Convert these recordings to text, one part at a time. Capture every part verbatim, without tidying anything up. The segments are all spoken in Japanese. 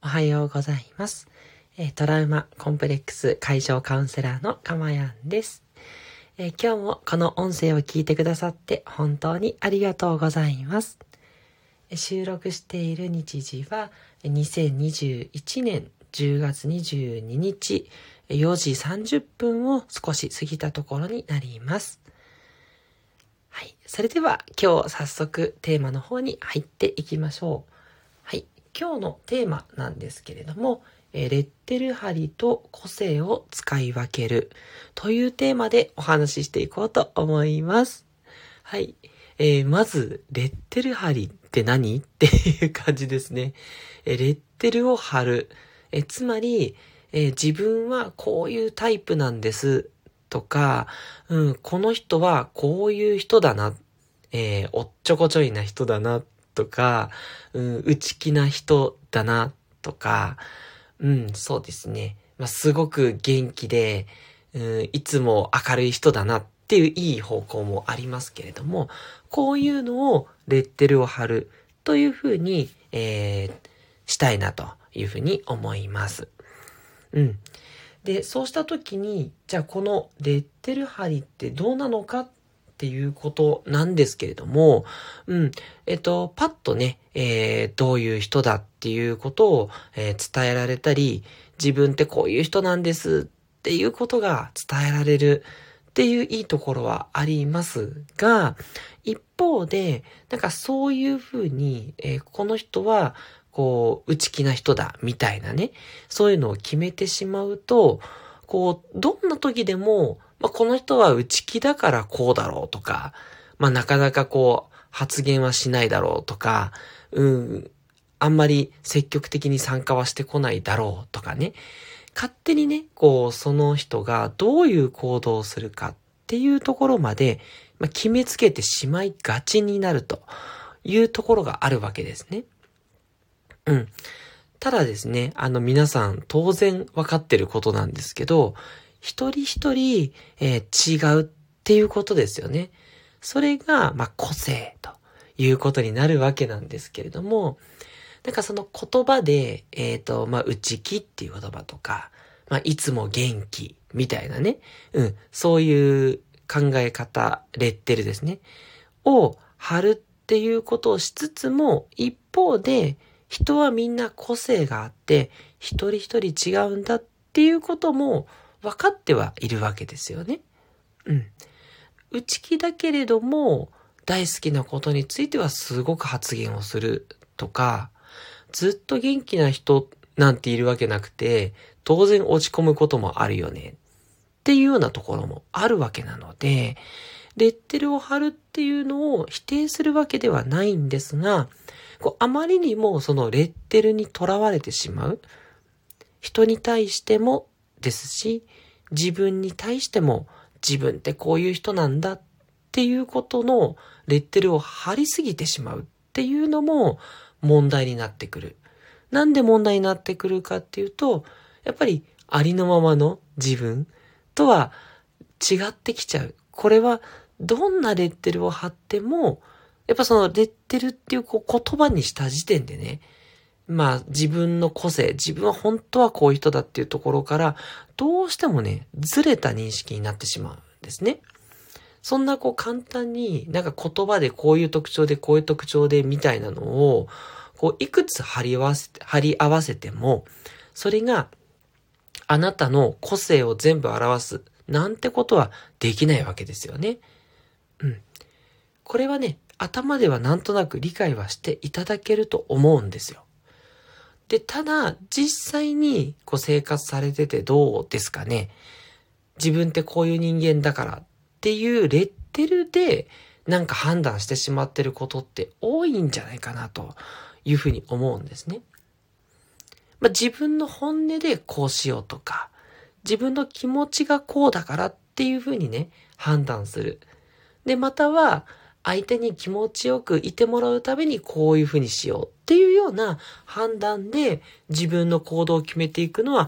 おはようございます。えー、トラウマコンプレックス解消カウンセラーのかまやんです。えー、今日もこの音声を聞いてくださって本当にありがとうございます。えー、収録している日時はにせんにじゅういちねんじゅうがつにじゅうににちよじさんじゅっぷんを少し過ぎたところになります。はい、それでは今日早速テーマの方に入っていきましょう。はい。今日のテーマなんですけれども、えー、レッテル貼りと個性を使い分けるというテーマでお話ししていこうと思います。はい。えー、まず、レッテル貼りって何っていう感じですね。えー、レッテルを貼る。えー、つまり、えー、自分はこういうタイプなんですとか、うん、この人はこういう人だな。えー、おっちょこちょいな人だな。とか、うん、内気な人だなとか、うん、そうですね。まあ、すごく元気で、うん、いつも明るい人だなっていういい方向もありますけれども、こういうのをレッテルを貼るというふうに、えー、したいなというふうに思います。うん。で、そうしたときに、じゃあこのレッテル貼りってどうなのかっていうことなんですけれども、うん、えっと、パッとね、えー、どういう人だっていうことを、えー、伝えられたり、自分ってこういう人なんですっていうことが伝えられるっていういいところはありますが、一方で、なんかそういうふうに、えー、この人は、こう、内気な人だ、みたいなね、そういうのを決めてしまうと、こう、どんな時でも、まあ、この人は内気だからこうだろうとか、まあ、なかなかこう、発言はしないだろうとか、うん、あんまり積極的に参加はしてこないだろうとかね、勝手にね、こう、その人がどういう行動をするかっていうところまで、まあ、決めつけてしまいがちになるというところがあるわけですね。うん。ただですね、あの皆さん当然わかってることなんですけど、一人一人、えー、違うっていうことですよね。それが、まあ、個性ということになるわけなんですけれども、なんかその言葉で、えっと、まあ、内気っていう言葉とか、まあ、いつも元気みたいなね、うん、そういう考え方、レッテルですね、を貼るっていうことをしつつも、一方で、人はみんな個性があって、一人一人違うんだっていうことも分かってはいるわけですよね。うん。内気だけれども、大好きなことについてはすごく発言をするとか、ずっと元気な人なんているわけなくて、当然落ち込むこともあるよね。っていうようなところもあるわけなので、レッテルを貼るっていうのを否定するわけではないんですが、こうあまりにもそのレッテルにとらわれてしまう。人に対してもですし、自分に対しても自分ってこういう人なんだっていうことのレッテルを貼りすぎてしまうっていうのも問題になってくる。なんで問題になってくるかっていうと、やっぱりありのままの自分とは違ってきちゃう。これはどんなレッテルを貼っても、やっぱそのレッテルっていうこう言葉にした時点でね、まあ自分の個性、自分は本当はこういう人だっていうところから、どうしてもね、ずれた認識になってしまうんですね。そんなこう簡単になんか言葉でこういう特徴でこういう特徴でみたいなのを、こういくつ貼り合わせて、貼り合わせても、それがあなたの個性を全部表すなんてことはできないわけですよね。うん。これはね、頭ではなんとなく理解はしていただけると思うんですよ。で、ただ、実際にこう生活されててどうですかね。自分ってこういう人間だからっていうレッテルでなんか判断してしまってることって多いんじゃないかなというふうに思うんですね。まあ、自分の本音でこうしようとか、自分の気持ちがこうだからっていうふうにね、判断する。で、または、相手に気持ちよくいてもらうためにこういうふうにしようっていうような判断で自分の行動を決めていくのは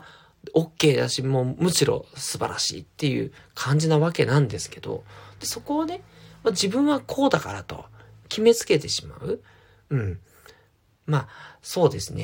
OK だし、もうむしろ素晴らしいっていう感じなわけなんですけど、でそこをね、自分はこうだからと決めつけてしまう。うん。まあ、そうですね。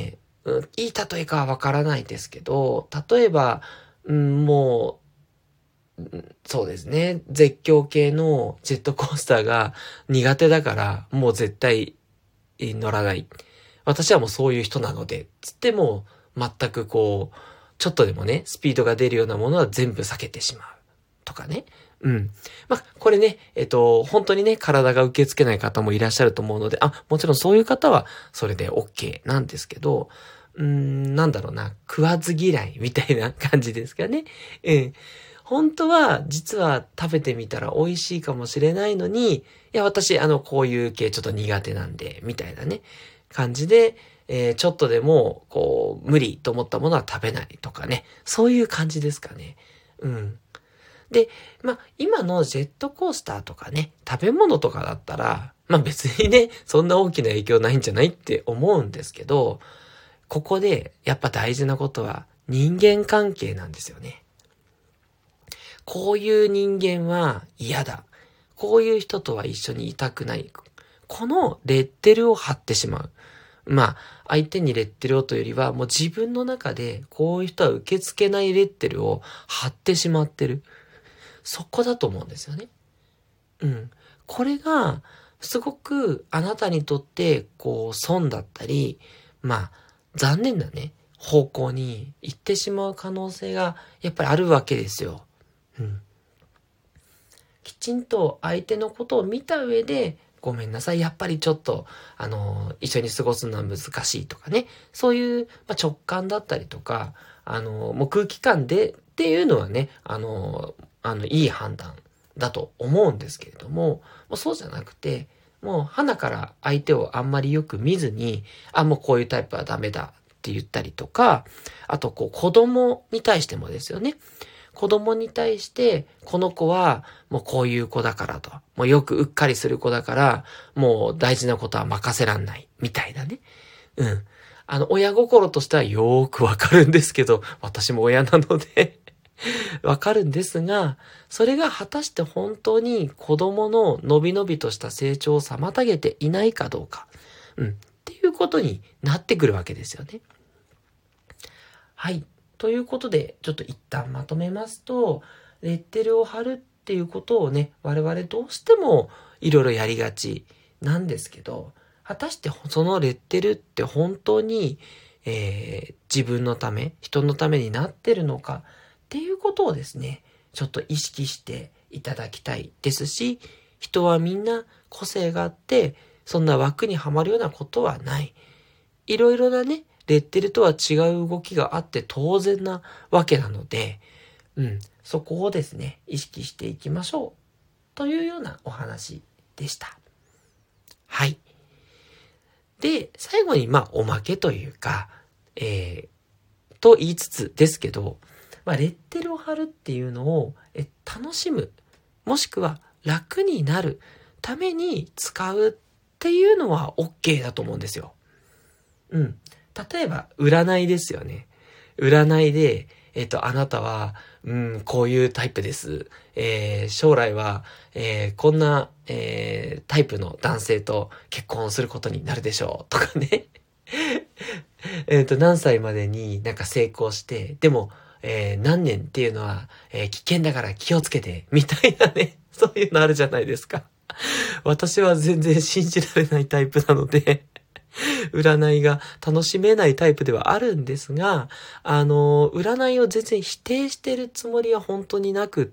うん、いい例えかはわからないですけど、例えば、うん、もう、そうですね。絶叫系のジェットコースターが苦手だから、もう絶対乗らない。私はもうそういう人なので、つっても全くこう、ちょっとでもね、スピードが出るようなものは全部避けてしまう。とかね。うん。まあ、これね、えっと、本当にね、体が受け付けない方もいらっしゃると思うので、あ、もちろんそういう方はそれで OK なんですけど、うーん、なんだろうな、食わず嫌いみたいな感じですかね。うん。本当は、実は食べてみたら美味しいかもしれないのに、いや、私、あの、こういう系ちょっと苦手なんで、みたいなね、感じで、えー、ちょっとでも、こう、無理と思ったものは食べないとかね。そういう感じですかね。うん。で、まあ、今のジェットコースターとかね、食べ物とかだったら、まあ別にね、そんな大きな影響ないんじゃないって思うんですけど、ここでやっぱ大事なことは人間関係なんですよね。こういう人間は嫌だ。こういう人とは一緒にいたくない。このレッテルを貼ってしまう。まあ、相手にレッテルをというよりは、もう自分の中でこういう人は受け付けないレッテルを貼ってしまってる。そこだと思うんですよね。うん。これが、すごくあなたにとって、こう、損だったり、まあ、残念なね、方向に行ってしまう可能性が、やっぱりあるわけですよ。うん。きちんと相手のことを見た上で、ごめんなさい。やっぱりちょっと、あの、一緒に過ごすのは難しいとかね。そういう、まあ、直感だったりとか、あの、もう空気感でっていうのはね、あの、あの、いい判断だと思うんですけれども、もうそうじゃなくて、もう鼻から相手をあんまりよく見ずに、あ、もうこういうタイプはダメだって言ったりとか、あとこう子供に対してもですよね。子供に対して、この子はもうこういう子だからと、もうよくうっかりする子だから、もう大事なことは任せらんない、みたいなね。うん。あの、親心としてはよーくわかるんですけど、私も親なのでわかるんですが、それが果たして本当に子供ののびのびとした成長を妨げていないかどうか。うん。っていうことになってくるわけですよね。はい。ということで、ちょっと一旦まとめますと、レッテルを貼るっていうことをね、我々どうしてもいろいろやりがちなんですけど、果たしてそのレッテルって本当に、えー、自分のため、人のためになってるのかっていうことをですね、ちょっと意識していただきたいですし、人はみんな個性があって、そんな枠にはまるようなことはない。いろいろなね、レッテルとは違う動きがあって当然なわけなので、うん、そこをですね、意識していきましょう。というようなお話でした。はい。で、最後に、まあ、おまけというか、えー、と言いつつですけど、まあ、レッテルを貼るっていうのをえ楽しむ、もしくは楽になるために使うっていうのは OK だと思うんですよ。うん。例えば、占いですよね。占いで、えっと、あなたは、うん、こういうタイプです。えー、将来は、えー、こんな、えー、タイプの男性と結婚することになるでしょう。とかね。えっと、何歳までになんか成功して、でも、えー、何年っていうのは、えー、危険だから気をつけて、みたいなね。そういうのあるじゃないですか。私は全然信じられないタイプなので占いが楽しめないタイプではあるんですが、あの、占いを全然否定してるつもりは本当になくって、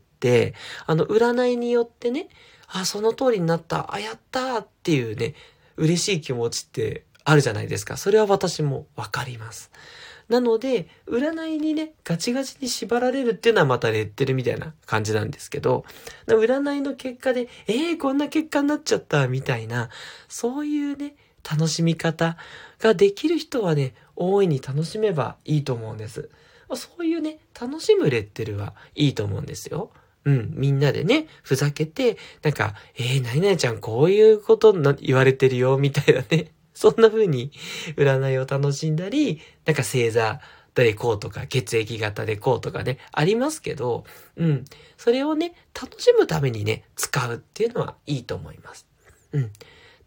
あの、占いによってね、あ、その通りになった、あ、やったっていうね、嬉しい気持ちってあるじゃないですか。それは私もわかります。なので、占いにね、ガチガチに縛られるっていうのはまたレッテルみたいな感じなんですけど、占いの結果で、えー、こんな結果になっちゃった、みたいな、そういうね、楽しみ方ができる人はね、大いに楽しめばいいと思うんです。そういうね、楽しむレッテルはいいと思うんですよ。うん、みんなでね、ふざけて、なんか、えー、何々ちゃんこういうことな言われてるよ、みたいなね。そんな風に占いを楽しんだり、なんか星座でこうとか、血液型でこうとかね、ありますけど、うん、それをね、楽しむためにね、使うっていうのはいいと思います。うん。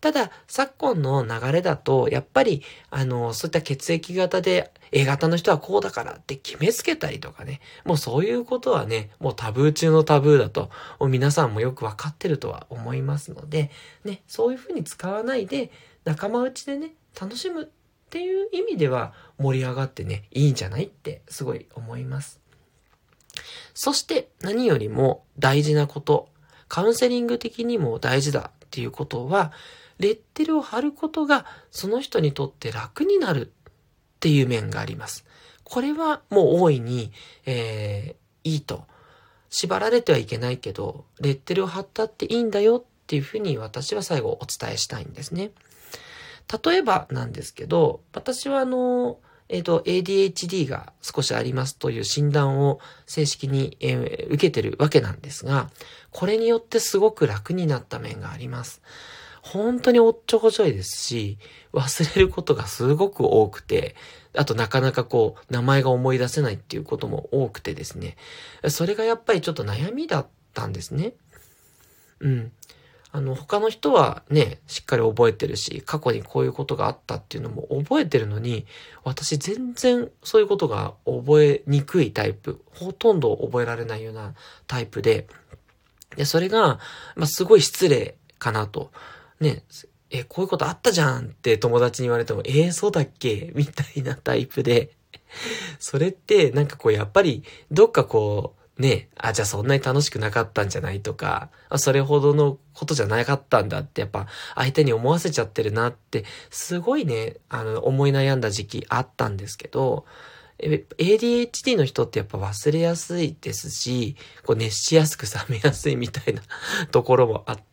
ただ、昨今の流れだと、やっぱり、あの、そういった血液型で、A 型の人はこうだからって決めつけたりとかね、もうそういうことはね、もうタブー中のタブーだと、皆さんもよくわかってるとは思いますので、ね、そういうふうに使わないで、仲間内でね、楽しむっていう意味では盛り上がってね、いいんじゃないってすごい思います。そして何よりも大事なこと、カウンセリング的にも大事だっていうことは、レッテルを貼ることがその人にとって楽になるっていう面があります。これはもう大いに、えー、いいと。縛られてはいけないけど、レッテルを貼ったっていいんだよっていうふうに私は最後お伝えしたいんですね。例えばなんですけど、私はあの、えっと、エーディーエイチディー が少しありますという診断を正式に、えー、受けてるわけなんですが、これによってすごく楽になった面があります。本当におっちょこちょいですし、忘れることがすごく多くて、あとなかなかこう、名前が思い出せないっていうことも多くてですね、それがやっぱりちょっと悩みだったんですね。うん。あの、他の人はね、しっかり覚えてるし、過去にこういうことがあったっていうのも覚えてるのに、私全然そういうことが覚えにくいタイプ、ほとんど覚えられないようなタイプで、で、それが、まあ、すごい失礼かなと。ね、え、こういうことあったじゃんって友達に言われても、えー、そうだっけみたいなタイプで、それってなんかこうやっぱりどっかこうね、あ、じゃあそんなに楽しくなかったんじゃないとか、あ、それほどのことじゃなかったんだってやっぱ相手に思わせちゃってるなってすごいね、あの思い悩んだ時期あったんですけど、エーディーエイチディー の人ってやっぱ忘れやすいですし、こう熱しやすく冷めやすいみたいなところもあって、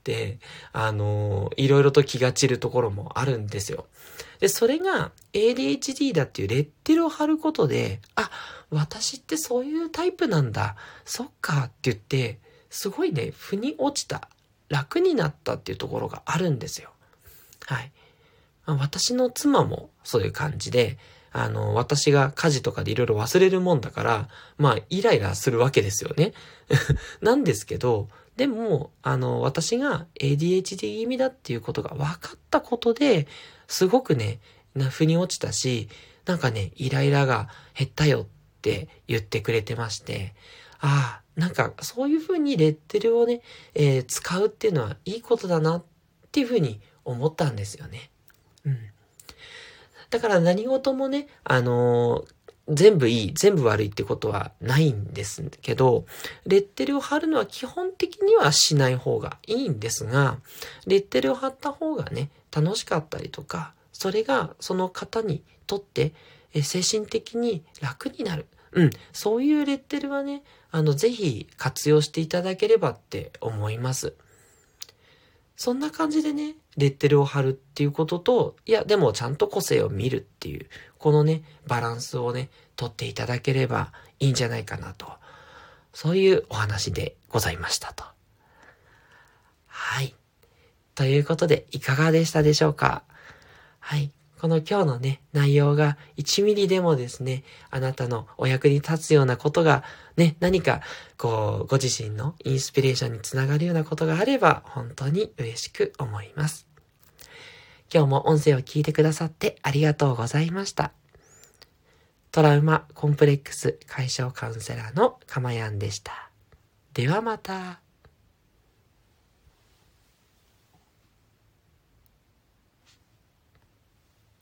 あの、いろいろと気が散るところもあるんですよ。で、それが エーディーエイチディー だっていうレッテルを貼ることで、あ、私ってそういうタイプなんだ。そっかって言って、すごいね、腑に落ちた。楽になったっていうところがあるんですよ。はい。私の妻もそういう感じで、あの、私が家事とかでいろいろ忘れるもんだから、まあ、イライラするわけですよね。なんですけど、でも、あの、私が エーディーエイチディー 気味だっていうことが分かったことで、すごくね、な、腑に落ちたし、なんかね、イライラが減ったよって言ってくれてまして、ああ、なんかそういう風にレッテルをね、えー、使うっていうのはいいことだなっていう風に思ったんですよね。うん。だから何事もね、あのー全部いい、全部悪いってことはないんですけど、レッテルを貼るのは基本的にはしない方がいいんですが、レッテルを貼った方がね、楽しかったりとか、それがその方にとってえ精神的に楽になる。うん、そういうレッテルはね、あの、ぜひ活用していただければって思います。そんな感じでね、レッテルを貼るっていうことと、いや、でもちゃんと個性を見るっていう、このね、バランスをね、取っていただければいいんじゃないかなと。そういうお話でございましたと。はい。ということで、いかがでしたでしょうか？はい。この今日のね、内容がいちミリでもですね、あなたのお役に立つようなことがね、何かこう、ご自身のインスピレーションにつながるようなことがあれば、本当に嬉しく思います。今日も音声を聞いてくださってありがとうございました。トラウマコンプレックス解消カウンセラーのかまやんでした。ではまた。